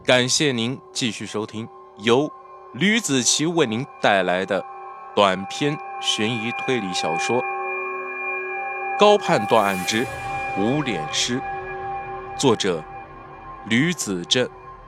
感谢您继续收听由吕子奇为您带来的短篇悬疑推理小说《高判断案之无脸尸》，作者吕子正。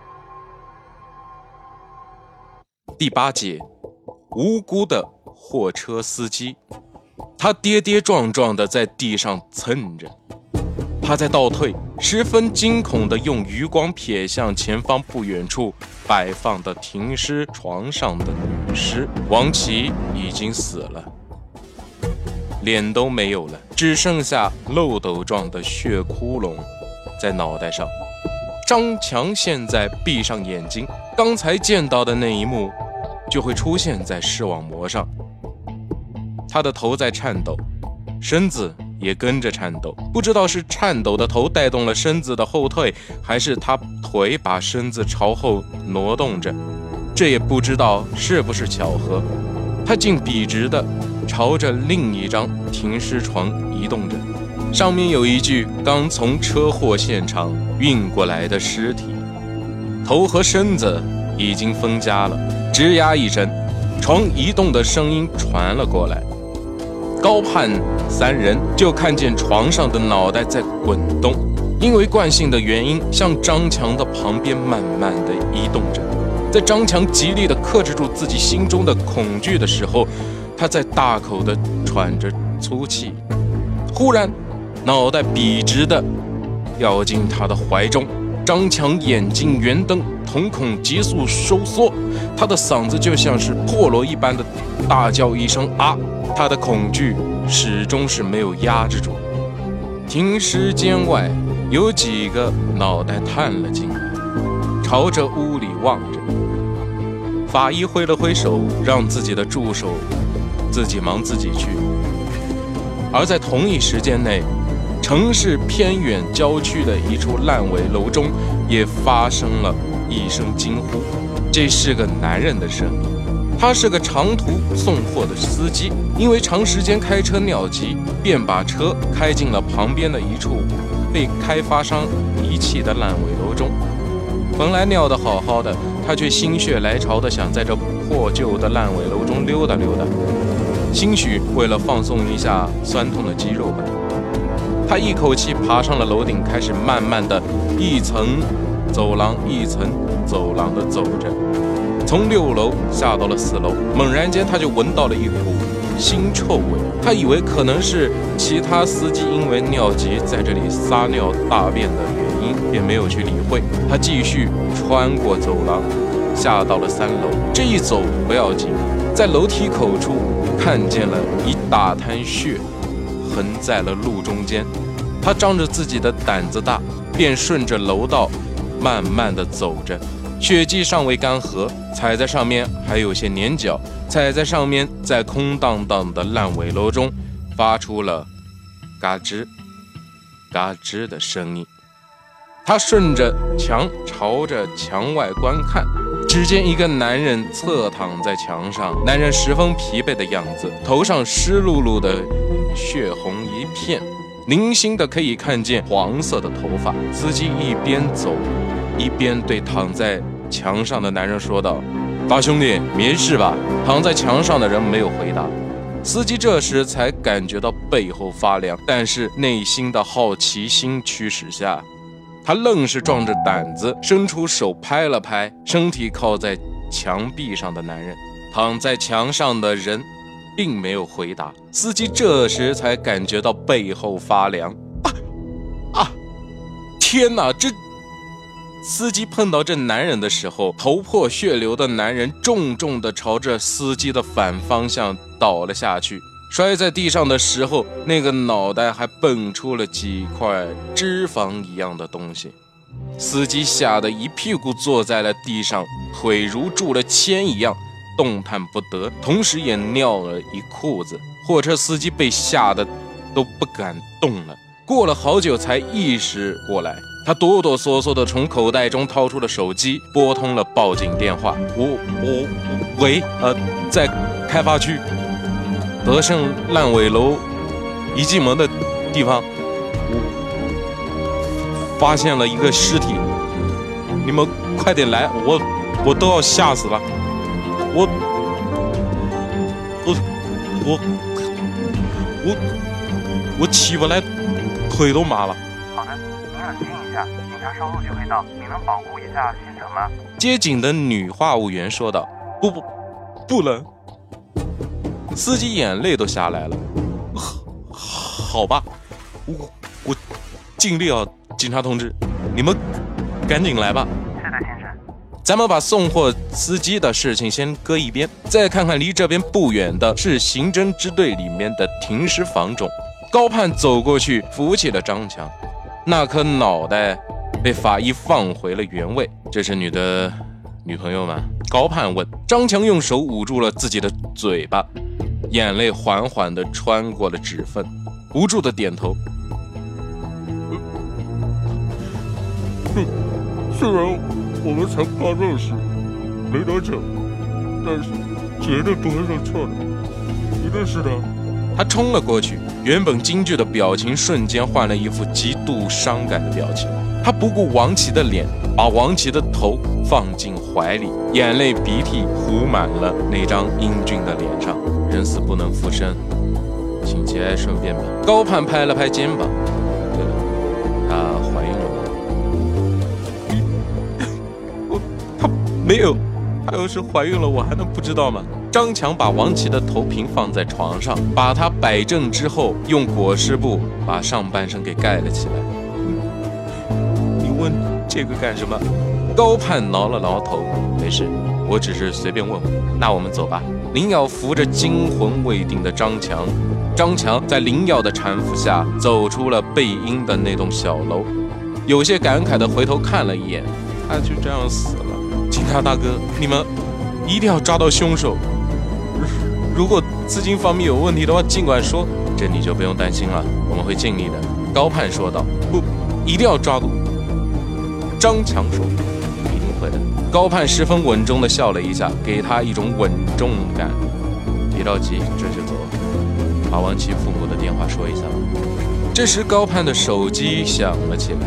第8节，无辜的货车司机。他跌跌撞撞地在地上蹭着，他在倒退，十分惊恐地用余光瞥向前方不远处摆放的停尸床上的女尸。王琦已经死了，脸都没有了，只剩下漏斗状的血窟窿在脑袋上。张强现在闭上眼睛，刚才见到的那一幕就会出现在视网膜上。他的头在颤抖，身子也跟着颤抖，不知道是颤抖的头带动了身子的后退，还是他腿把身子朝后挪动着，这也不知道是不是巧合。他竟笔直地朝着另一张停尸床移动着，上面有一具刚从车祸现场运过来的尸体，头和身子已经分家了。吱呀一声，床移动的声音传了过来，高判3人就看见床上的脑袋在滚动，因为惯性的原因，向张强的旁边慢慢地移动着。在张强极力地克制住自己心中的恐惧的时候，他在大口地喘着粗气。忽然，脑袋笔直地掉进他的怀中，张强眼睛圆瞪，瞳孔急速收缩，他的嗓子就像是破锣一般的大叫一声啊！他的恐惧始终是没有压制住。停尸间外有几个脑袋探了进来，朝着屋里望着。法医挥了挥手，让自己的助手自己忙自己去。而在同一时间内，城市偏远郊区的一处烂尾楼中也发生了一声惊呼。这是个男人的声音，他是个长途送货的司机，因为长时间开车尿急，便把车开进了旁边的一处被开发商遗弃的烂尾楼中。本来尿得好好的，他却心血来潮的想在这破旧的烂尾楼中溜达溜达，兴许为了放松一下酸痛的肌肉吧。他一口气爬上了楼顶，开始慢慢的一层走廊一层走廊的走着，从6楼下到了4楼。猛然间他就闻到了一股腥臭味，他以为可能是其他司机因为尿急在这里撒尿大便的原因，便没有去理会。他继续穿过走廊下到了3楼。这一走不要紧，在楼梯口处看见了一大滩血横在了路中间。他仗着自己的胆子大，便顺着楼道慢慢地走着。血迹尚未干涸，踩在上面还有些粘脚，踩在上面在空荡荡的烂尾楼中发出了嘎吱嘎吱的声音。他顺着墙朝着墙外观看，只见一个男人侧躺在墙上，男人十分疲惫的样子，头上湿漉漉的血红一片，零星的可以看见黄色的头发。司机一边走一边对躺在墙上的男人说道：“大兄弟，没事吧？”躺在墙上的人没有回答。司机这时才感觉到背后发凉，但是内心的好奇心驱使下，他愣是壮着胆子伸出手拍了拍身体靠在墙壁上的男人。躺在墙上的人并没有回答，司机这时才感觉到背后发凉。天哪！司机碰到这男人的时候，头破血流的男人重重地朝着司机的反方向倒了下去。摔在地上的时候，那个脑袋还蹦出了几块脂肪一样的东西。司机吓得一屁股坐在了地上，腿如铸了铅一样动弹不得，同时也尿了一裤子。货车司机被吓得都不敢动了，过了好久才意识过来，他哆哆嗦嗦地从口袋中掏出了手机，拨通了报警电话。喂，在开发区德胜烂尾楼一进门的地方，我发现了一个尸体， 你们快点来，我都要吓死了，我起不来，腿都麻了。 好的，您冷静一下，警察稍后就会到，你能保护一下现场吗？ 接警的女话务员说道。不能。司机眼泪都下来了。好吧，我尽力啊，警察同志，你们赶紧来吧。 是的，先生。 咱们把送货司机的事情先搁一边，再看看离这边不远的是刑侦支队里面的停尸房中。高盼走过去扶起了张强，那颗脑袋被法医放回了原位。这是你的女朋友吗？高盼问。张强用手捂住了自己的嘴巴，眼泪缓缓地穿过了指缝，无助地点头。 虽然我们才刚认识没多久，但是绝对不会认错的，一定是的。 他冲了过去，原本惊惧的表情瞬间换了一副极度伤感的表情。他不顾王琦的脸，把王琦的头放进怀里，眼泪鼻涕糊满了那张英俊的脸上。人死不能复生，请节哀顺变吧。高盼拍了拍肩膀。对了，她怀孕了吗？她没有，她要是怀孕了，我还能不知道吗？张强把王琦的头平放在床上，把她摆正之后，用裹尸布把上半身给盖了起来。你问这个干什么？高盼挠了挠头，没事，我只是随便问问。那我们走吧。林耀扶着惊魂未定的张强，张强在林耀的搀扶下走出了背阴的那栋小楼，有些感慨地回头看了一眼，他就这样死了。警察大哥，你们一定要抓到凶手。如果资金方面有问题的话，尽管说，这你就不用担心了，我们会尽力的。高盼说道。不，一定要抓住。张强说，一定会的。高盼十分稳重地笑了一下，给他一种稳重感。别着急，这就走。把王琦父母的电话说一下吧。这时高盼的手机响了起来。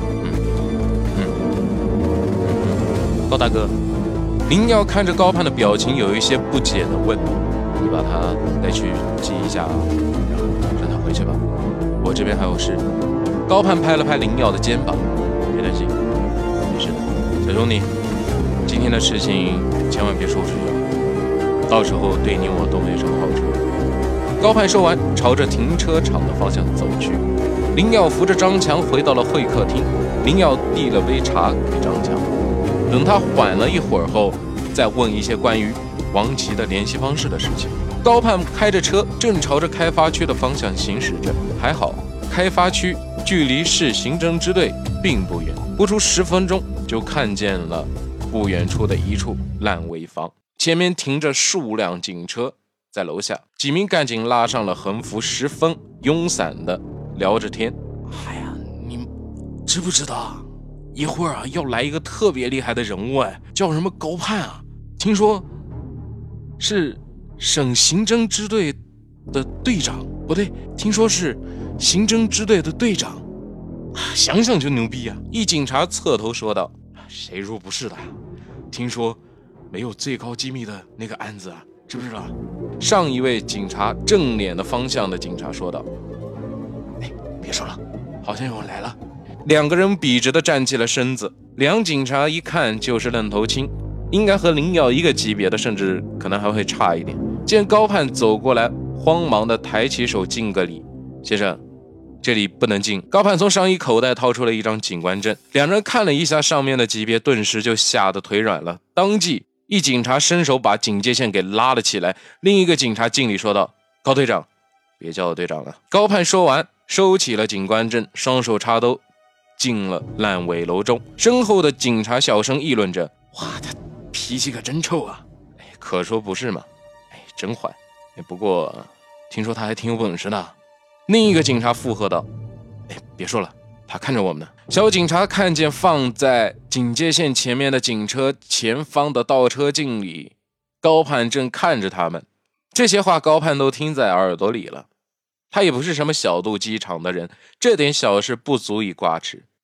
高大哥，林耀看着高盼的表情有一些不解地问，你把他带去记一下，然后让他回去吧，我这边还有事。高盼拍了拍林耀的肩膀，别担心，没事的。小兄弟，今天的事情千万别说出去，到时候对你我都没什么好处。高盼说完，朝着停车场的方向走去。林耀扶着张强回到了会客厅，林耀递了杯茶给张强，等他缓了一会儿后，再问一些关于王琦的联系方式的事情。高盼开着车正朝着开发区的方向行驶着，还好开发区距离市刑侦支队并不远，不出10分钟就看见了不远处的一处烂尾房，前面停着数辆警车，在楼下几名干警拉上了横幅，十分慵散的聊着天。哎呀，你知不知道一会儿要来一个特别厉害的人物，叫什么高盼啊？听说是省刑侦支队的队长，不对，听说是刑侦支队的队长，想想就牛逼啊！一警察侧头说道：“谁说不是的？听说没有最高机密的那个案子啊，知不知道？”上一位警察正脸的方向的警察说道：“哎，别说了，好像有人来了。”两个人笔直地站起了身子，两警察一看就是愣头青，应该和林耀一个级别的，甚至可能还会差一点。见高盼走过来，慌忙地抬起手敬个礼：“先生，这里不能进。”高盼从上衣口袋掏出了一张警官证，两人看了一下上面的级别，顿时就吓得腿软了。当即一警察伸手把警戒线给拉了起来，另一个警察敬礼说道：“高队长，别叫我队长了。”高盼说完收起了警官证，双手插兜进了烂尾楼中。身后的警察小声议论着：“哇，他脾气可真臭啊！”可说不是嘛，真坏。不过听说他还挺有本事的。另一个警察附和道：“别说了，他看着我们呢。”小警察看见放在警戒线前面的警车前方的倒车镜里，高盼正看着他们。这些话高盼都听在耳朵里了。他也不是什么小肚鸡肠的人，这点小事不足以挂齿。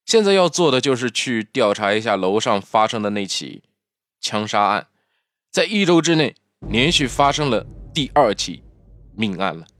现在要做的就是去调查一下楼上发生的那起枪杀案，在1周之内连续发生了第2起命案了。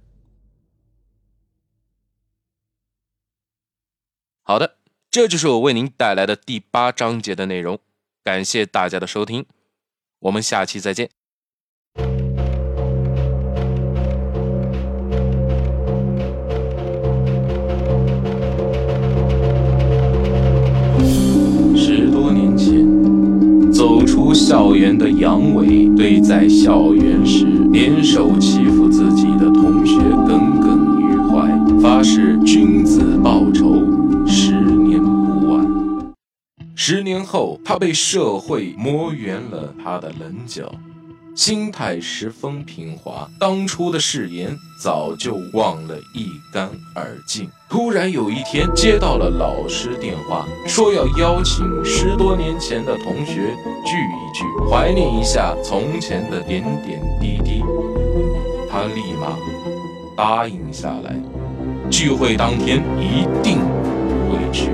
好的，这就是我为您带来的第8章节的内容，感谢大家的收听，我们下期再见。10多年前，走出校园的杨伟对在校园时联手欺负自己的同学耿耿于怀，发誓君子报仇，10年不晚。10年后，他被社会磨圆了他的棱角，心态十分平滑，当初的誓言早就忘了一干二净。突然有一天接到了老师电话，说要邀请10多年前的同学聚一聚，怀念一下从前的点点滴滴。他立马答应下来，聚会当天一定会去。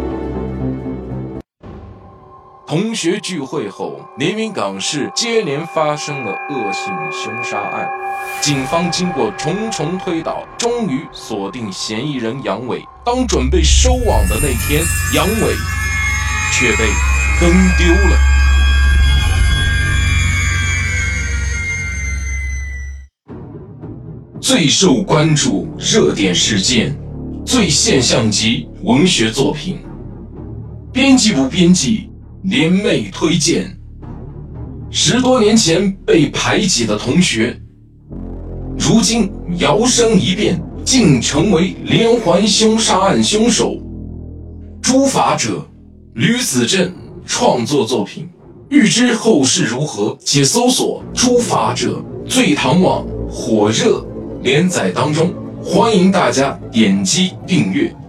同学聚会后，连云港市接连发生了恶性凶杀案，警方经过重重推导，终于锁定嫌疑人杨伟。当准备收网的那天，杨伟却被跟丢了。最受关注热点事件，最现象级文学作品，编辑部编辑联袂推荐。10多年前被排挤的同学，如今摇身一变，竟成为连环凶杀案凶手。诛法者吕子正创作作品，欲知后事如何，且搜索诛法者，醉堂网火热连载当中，欢迎大家点击订阅。